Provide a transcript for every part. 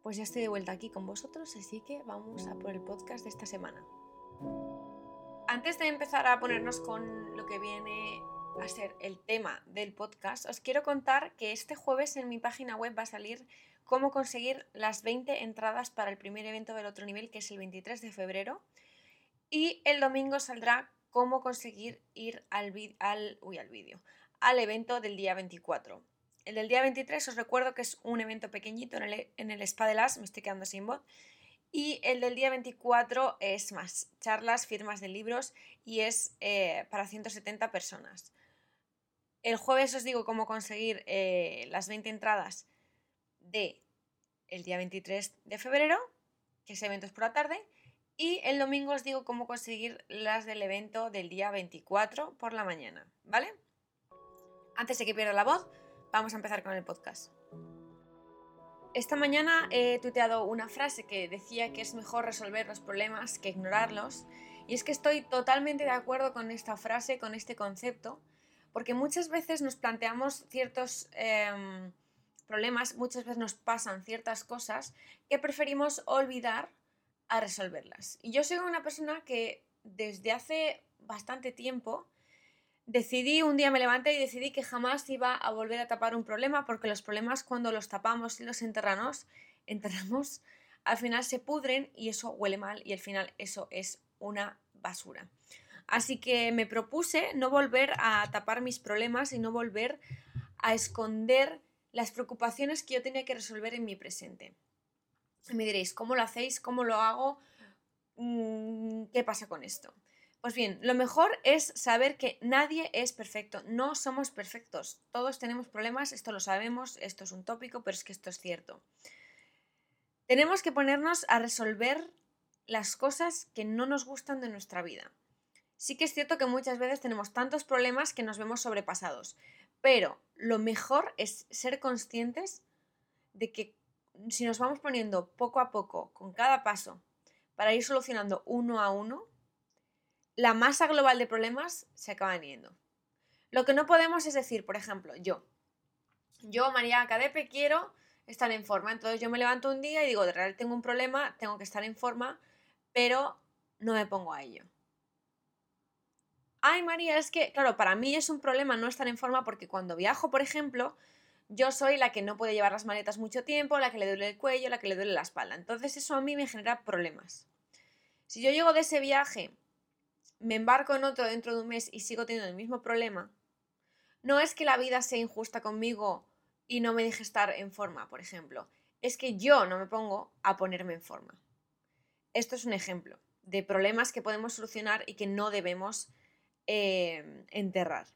Pues ya estoy de vuelta aquí con vosotros, así que vamos a por el podcast de esta semana. Antes de empezar a ponernos con lo que viene a ser el tema del podcast, os quiero contar que este jueves en mi página web va a salir cómo conseguir las 20 entradas para el primer evento del otro nivel, que es el 23 de febrero. Y el domingo saldrá cómo conseguir ir al evento del día 24. El del día 23 os recuerdo que es un evento pequeñito en el Spa de Las, me estoy quedando sin voz. Y el del día 24 es más charlas, firmas de libros y es para 170 personas. El jueves os digo cómo conseguir las 20 entradas del día 23 de febrero, que ese evento es por la tarde. Y el domingo os digo cómo conseguir las del evento del día 24 por la mañana, ¿vale? Antes de que pierda la voz, vamos a empezar con el podcast. Esta mañana he tuiteado una frase que decía que es mejor resolver los problemas que ignorarlos. Y es que estoy totalmente de acuerdo con esta frase, con este concepto, porque muchas veces nos planteamos ciertos problemas, muchas veces nos pasan ciertas cosas que preferimos olvidar a resolverlas. Y yo soy una persona que desde hace bastante tiempo un día me levanté y decidí que jamás iba a volver a tapar un problema, porque los problemas cuando los tapamos y los enterramos, al final se pudren y eso huele mal y al final eso es una basura. Así que me propuse no volver a tapar mis problemas y no volver a esconder las preocupaciones que yo tenía que resolver en mi presente. Y me diréis, ¿cómo lo hacéis? ¿Cómo lo hago? ¿Qué pasa con esto? Pues bien, lo mejor es saber que nadie es perfecto, no somos perfectos, todos tenemos problemas, esto lo sabemos, esto es un tópico, pero es que esto es cierto. Tenemos que ponernos a resolver las cosas que no nos gustan de nuestra vida. Sí que es cierto que muchas veces tenemos tantos problemas que nos vemos sobrepasados, pero lo mejor es ser conscientes de que si nos vamos poniendo poco a poco, con cada paso, para ir solucionando uno a uno, la masa global de problemas se acaban yendo. Lo que no podemos es decir, por ejemplo, yo, María Cadepe, quiero estar en forma. Entonces yo me levanto un día y digo, de realidad tengo un problema, tengo que estar en forma, pero no me pongo a ello. Ay, María, es que, claro, para mí es un problema no estar en forma porque cuando viajo, por ejemplo, yo soy la que no puede llevar las maletas mucho tiempo, la que le duele el cuello, la que le duele la espalda. Entonces eso a mí me genera problemas. Si yo llego de ese viaje, me embarco en otro dentro de un mes y sigo teniendo el mismo problema, no es que la vida sea injusta conmigo y no me deje estar en forma, por ejemplo. Es que yo no me pongo a ponerme en forma. Esto es un ejemplo de problemas que podemos solucionar y que no debemos enterrar.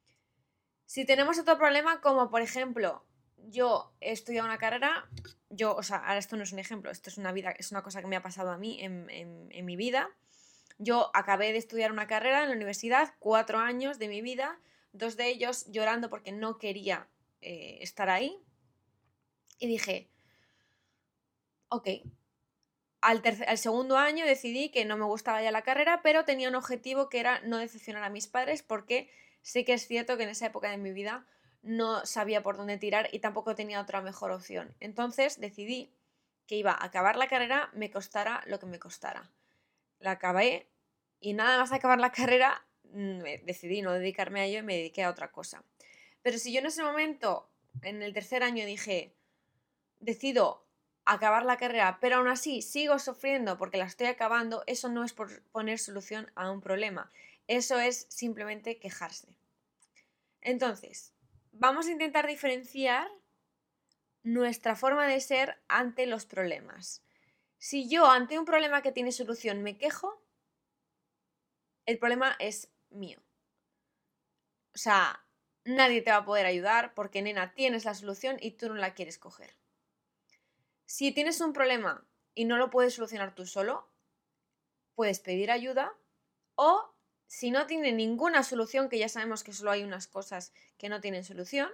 Si tenemos otro problema, como por ejemplo, yo he estudiado una carrera, ahora esto no es un ejemplo, esto es una cosa que me ha pasado a mí en mi vida. Yo acabé de estudiar una carrera en la universidad, 4 años de mi vida, 2 de ellos llorando porque no quería estar ahí. Y dije, ok, al segundo año decidí que no me gustaba ya la carrera, pero tenía un objetivo que era no decepcionar a mis padres, porque sé que es cierto que en esa época de mi vida no sabía por dónde tirar y tampoco tenía otra mejor opción. Entonces decidí que iba a acabar la carrera, me costara lo que me costara. La acabé y nada más acabar la carrera decidí no dedicarme a ello y me dediqué a otra cosa. Pero si yo en ese momento, en el tercer año, dije, decido acabar la carrera, pero aún así sigo sufriendo porque la estoy acabando, eso no es por poner solución a un problema, eso es simplemente quejarse. Entonces, vamos a intentar diferenciar nuestra forma de ser ante los problemas. Si yo ante un problema que tiene solución me quejo, el problema es mío. O sea, nadie te va a poder ayudar porque, nena, tienes la solución y tú no la quieres coger. Si tienes un problema y no lo puedes solucionar tú solo, puedes pedir ayuda, o si no tiene ninguna solución, que ya sabemos que solo hay unas cosas que no tienen solución,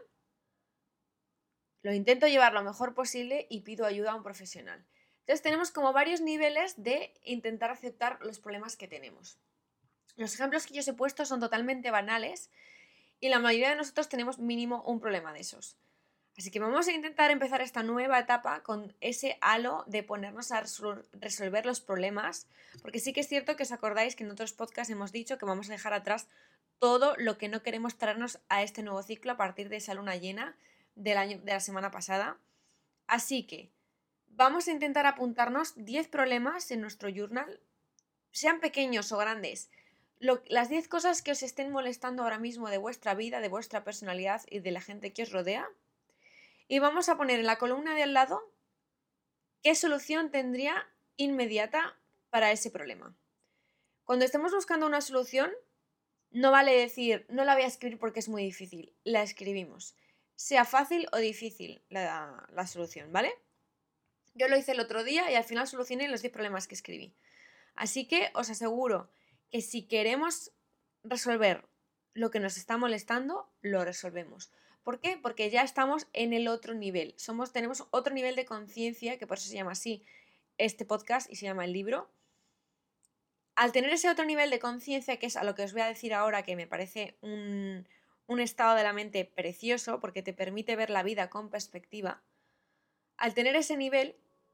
lo intento llevar lo mejor posible y pido ayuda a un profesional. Entonces tenemos como varios niveles de intentar aceptar los problemas que tenemos. Los ejemplos que yo os he puesto son totalmente banales y la mayoría de nosotros tenemos mínimo un problema de esos. Así que vamos a intentar empezar esta nueva etapa con ese halo de ponernos a resolver los problemas, porque sí que es cierto que os acordáis que en otros podcasts hemos dicho que vamos a dejar atrás todo lo que no queremos traernos a este nuevo ciclo a partir de esa luna llena de la semana pasada. Así que vamos a intentar apuntarnos 10 problemas en nuestro journal, sean pequeños o grandes. Las 10 cosas que os estén molestando ahora mismo de vuestra vida, de vuestra personalidad y de la gente que os rodea. Y vamos a poner en la columna de al lado qué solución tendría inmediata para ese problema. Cuando estemos buscando una solución, no vale decir, no la voy a escribir porque es muy difícil, la escribimos. Sea fácil o difícil la solución, ¿vale? Yo lo hice el otro día y al final solucioné los 10 problemas que escribí. Así que os aseguro que si queremos resolver lo que nos está molestando, lo resolvemos. ¿Por qué? Porque ya estamos en el otro nivel. Tenemos otro nivel de conciencia, que por eso se llama así este podcast y se llama el libro. Al tener ese otro nivel de conciencia, que es a lo que os voy a decir ahora, que me parece un estado de la mente precioso, porque te permite ver la vida con perspectiva, al tener ese nivel,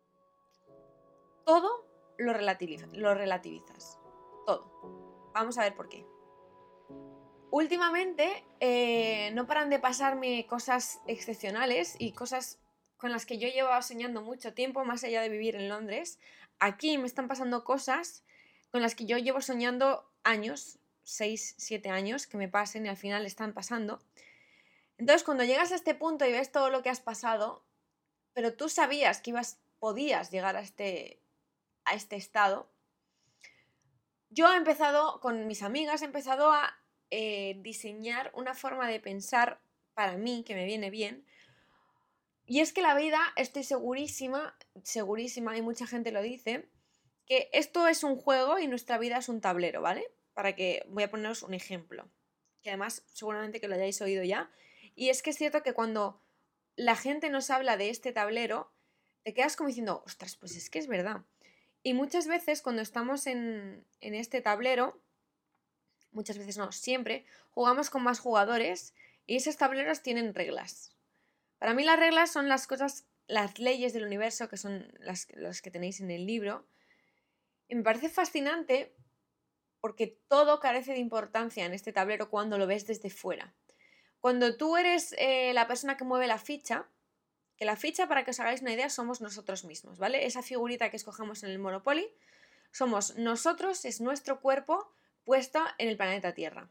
todo lo relativizas. Todo. Vamos a ver por qué. Últimamente no paran de pasarme cosas excepcionales y cosas con las que yo llevaba soñando mucho tiempo, más allá de vivir en Londres. Aquí me están pasando cosas con las que yo llevo soñando años, 6, 7 años, que me pasen y al final están pasando. Entonces, cuando llegas a este punto y ves todo lo que has pasado, pero tú sabías que podías llegar a este estado, yo he empezado, con mis amigas, he empezado a diseñar una forma de pensar para mí que me viene bien. Y es que la vida, estoy segurísima, y mucha gente lo dice, que esto es un juego y nuestra vida es un tablero, ¿vale? Voy a poneros un ejemplo, que además seguramente que lo hayáis oído ya. Y es que es cierto que cuando la gente nos habla de este tablero, te quedas como diciendo, ostras, pues es que es verdad. Y muchas veces cuando estamos en este tablero, muchas veces no, siempre, jugamos con más jugadores y esos tableros tienen reglas. Para mí las reglas son las cosas, las leyes del universo, que son las que tenéis en el libro. Y me parece fascinante porque todo carece de importancia en este tablero cuando lo ves desde fuera. Cuando tú eres la persona que mueve la ficha, que la ficha, para que os hagáis una idea, somos nosotros mismos, ¿vale? Esa figurita que escogemos en el Monopoly, somos nosotros, es nuestro cuerpo puesto en el planeta Tierra.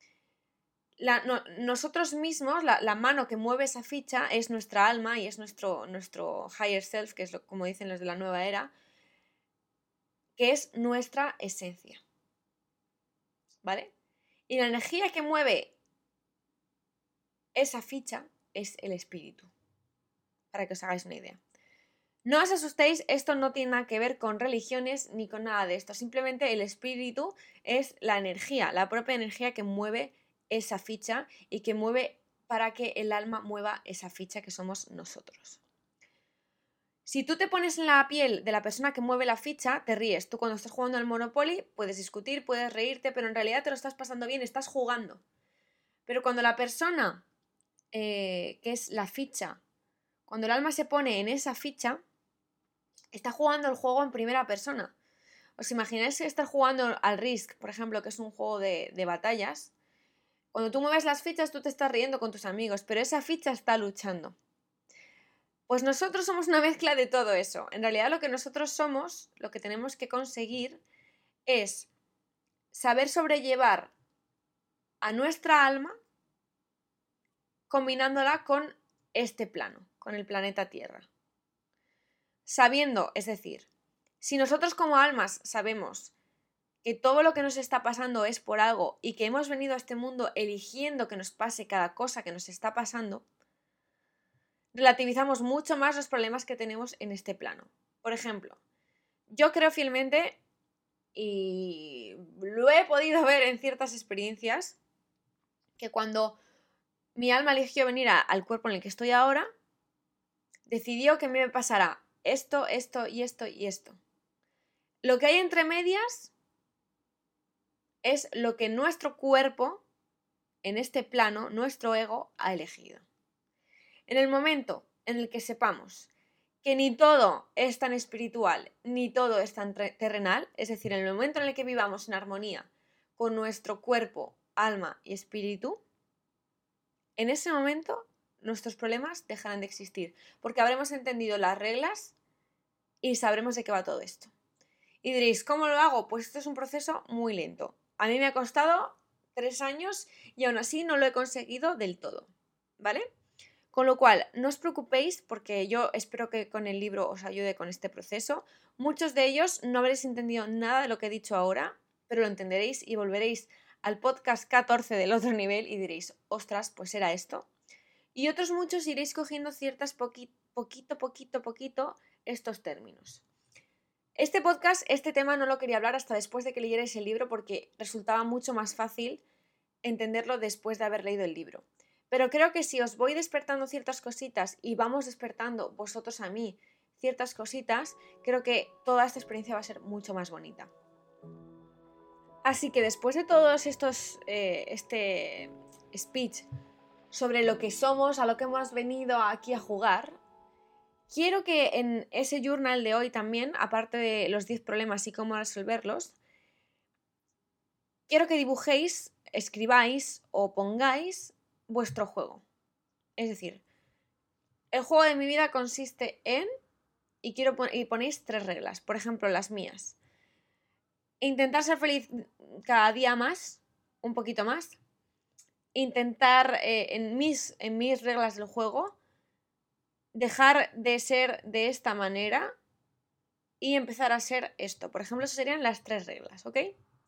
Nosotros mismos, la mano que mueve esa ficha es nuestra alma y es nuestro higher self, que es como dicen los de la nueva era, que es nuestra esencia, ¿vale? Y la energía que mueve esa ficha es el espíritu, para que os hagáis una idea. No os asustéis, esto no tiene nada que ver con religiones ni con nada de esto, simplemente el espíritu es la energía, la propia energía que mueve esa ficha y que mueve para que el alma mueva esa ficha que somos nosotros. Si tú te pones en la piel de la persona que mueve la ficha, te ríes. Tú cuando estás jugando al Monopoly puedes discutir, puedes reírte, pero en realidad te lo estás pasando bien, estás jugando. Pero cuando la persona, que es la ficha, cuando el alma se pone en esa ficha, está jugando el juego en primera persona. ¿Os imagináis estar jugando al Risk, por ejemplo, que es un juego de batallas? Cuando tú mueves las fichas, tú te estás riendo con tus amigos, pero esa ficha está luchando. Pues nosotros somos una mezcla de todo eso. En realidad lo que nosotros somos, lo que tenemos que conseguir es saber sobrellevar a nuestra alma combinándola con este plano, con el planeta Tierra. Sabiendo, es decir, si nosotros como almas sabemos que todo lo que nos está pasando es por algo y que hemos venido a este mundo eligiendo que nos pase cada cosa que nos está pasando, relativizamos mucho más los problemas que tenemos en este plano. Por ejemplo, yo creo fielmente, y lo he podido ver en ciertas experiencias, que cuando mi alma eligió venir al cuerpo en el que estoy ahora, decidió que me pasará esto, esto y esto y esto. Lo que hay entre medias es lo que nuestro cuerpo, en este plano, nuestro ego, ha elegido. En el momento en el que sepamos que ni todo es tan espiritual, ni todo es tan terrenal, es decir, en el momento en el que vivamos en armonía con nuestro cuerpo, alma y espíritu, en ese momento nuestros problemas dejarán de existir, porque habremos entendido las reglas y sabremos de qué va todo esto. Y diréis, ¿cómo lo hago? Pues esto es un proceso muy lento. A mí me ha costado 3 años y aún así no lo he conseguido del todo, ¿vale? Con lo cual, no os preocupéis porque yo espero que con el libro os ayude con este proceso. Muchos de ellos no habréis entendido nada de lo que he dicho ahora, pero lo entenderéis y volveréis al podcast 14 del otro nivel y diréis, ostras, pues era esto. Y otros muchos iréis cogiendo ciertas poquito estos términos. Este podcast, este tema no lo quería hablar hasta después de que leyerais el libro porque resultaba mucho más fácil entenderlo después de haber leído el libro. Pero creo que si os voy despertando ciertas cositas y vamos despertando vosotros a mí ciertas cositas, creo que toda esta experiencia va a ser mucho más bonita. Así que después de todos estos, este speech sobre lo que somos, a lo que hemos venido aquí a jugar, quiero que en ese journal de hoy también, aparte de los 10 problemas y cómo resolverlos, quiero que dibujéis, escribáis o pongáis vuestro juego. Es decir, el juego de mi vida consiste en, y ponéis 3 reglas, por ejemplo, las mías. Intentar ser feliz cada día más, un poquito más. Intentar, en mis reglas del juego, dejar de ser de esta manera y empezar a ser esto. Por ejemplo, esas serían las 3 reglas, ¿ok?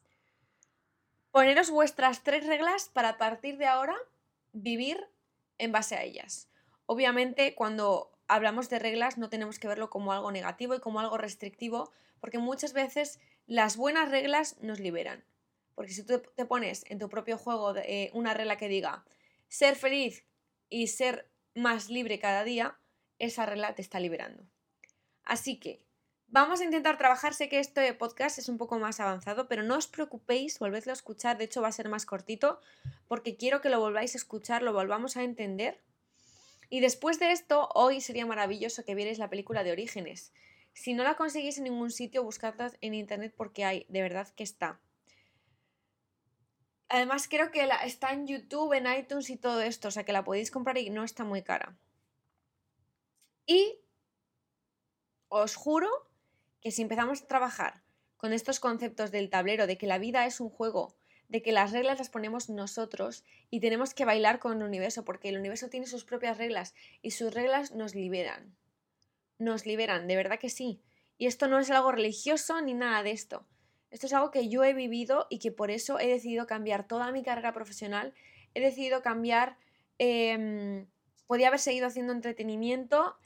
Poneros vuestras 3 reglas para a partir de ahora vivir en base a ellas. Obviamente, cuando hablamos de reglas no tenemos que verlo como algo negativo y como algo restrictivo, porque muchas veces las buenas reglas nos liberan. Porque si tú te pones en tu propio juego una regla que diga ser feliz y ser más libre cada día, esa regla te está liberando. Así que vamos a intentar trabajar. Sé que este podcast es un poco más avanzado, pero no os preocupéis, volvedlo a escuchar. De hecho, va a ser más cortito porque quiero que lo volváis a escuchar, lo volvamos a entender. Y después de esto, hoy sería maravilloso que vierais la película de Orígenes. Si no la conseguís en ningún sitio, buscadla en internet porque hay, de verdad que está. Además, creo que está en YouTube, en iTunes y todo esto, o sea que la podéis comprar y no está muy cara. Y os juro que si empezamos a trabajar con estos conceptos del tablero, de que la vida es un juego, de que las reglas las ponemos nosotros y tenemos que bailar con el universo, porque el universo tiene sus propias reglas y sus reglas nos liberan. Nos liberan, de verdad que sí. Y esto no es algo religioso ni nada de esto. Esto es algo que yo he vivido y que por eso he decidido cambiar toda mi carrera profesional. He decidido cambiar, podía haber seguido haciendo entretenimiento,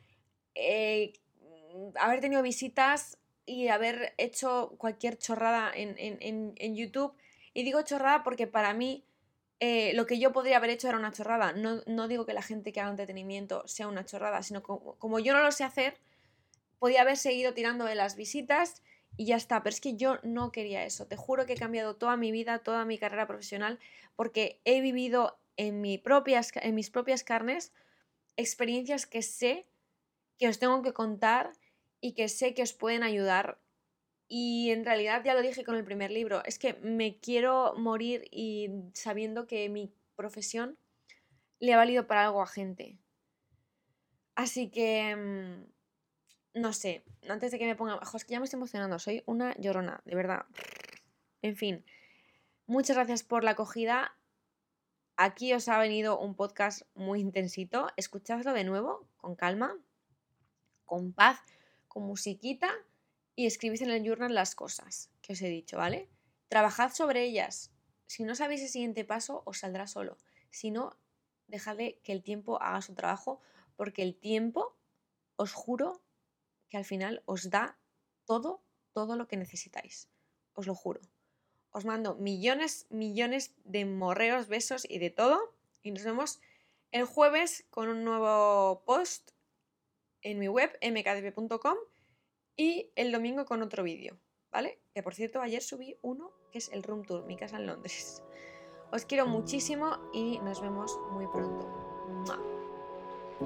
haber tenido visitas y haber hecho cualquier chorrada en YouTube. Y digo chorrada porque para mí lo que yo podría haber hecho era una chorrada. No digo que la gente que haga entretenimiento sea una chorrada, sino como yo no lo sé hacer, podía haber seguido tirando de las visitas y ya está. Pero es que yo no quería eso. Te juro que he cambiado toda mi vida, toda mi carrera profesional, porque he vivido en mis propias carnes experiencias que sé que os tengo que contar y que sé que os pueden ayudar. Y en realidad ya lo dije con el primer libro, es que me quiero morir y sabiendo que mi profesión le ha valido para algo a gente. Así que, no sé, antes de que me ponga... Ojo, es que ya me estoy emocionando, soy una llorona, de verdad. En fin, muchas gracias por la acogida. Aquí os ha venido un podcast muy intensito. Escuchadlo de nuevo, con calma, con paz, con musiquita y escribid en el journal las cosas que os he dicho, ¿vale? Trabajad sobre ellas. Si no sabéis el siguiente paso, os saldrá solo. Si no, dejadle que el tiempo haga su trabajo, porque el tiempo, os juro, que al final os da todo lo que necesitáis. Os lo juro. Os mando millones de morreos, besos y de todo. Y nos vemos el jueves con un nuevo post en mi web, mkdp.com, y el domingo con otro vídeo, ¿vale? Que por cierto, ayer subí uno que es el room tour, mi casa en Londres. Os quiero muchísimo y nos vemos muy pronto. ¡Mua!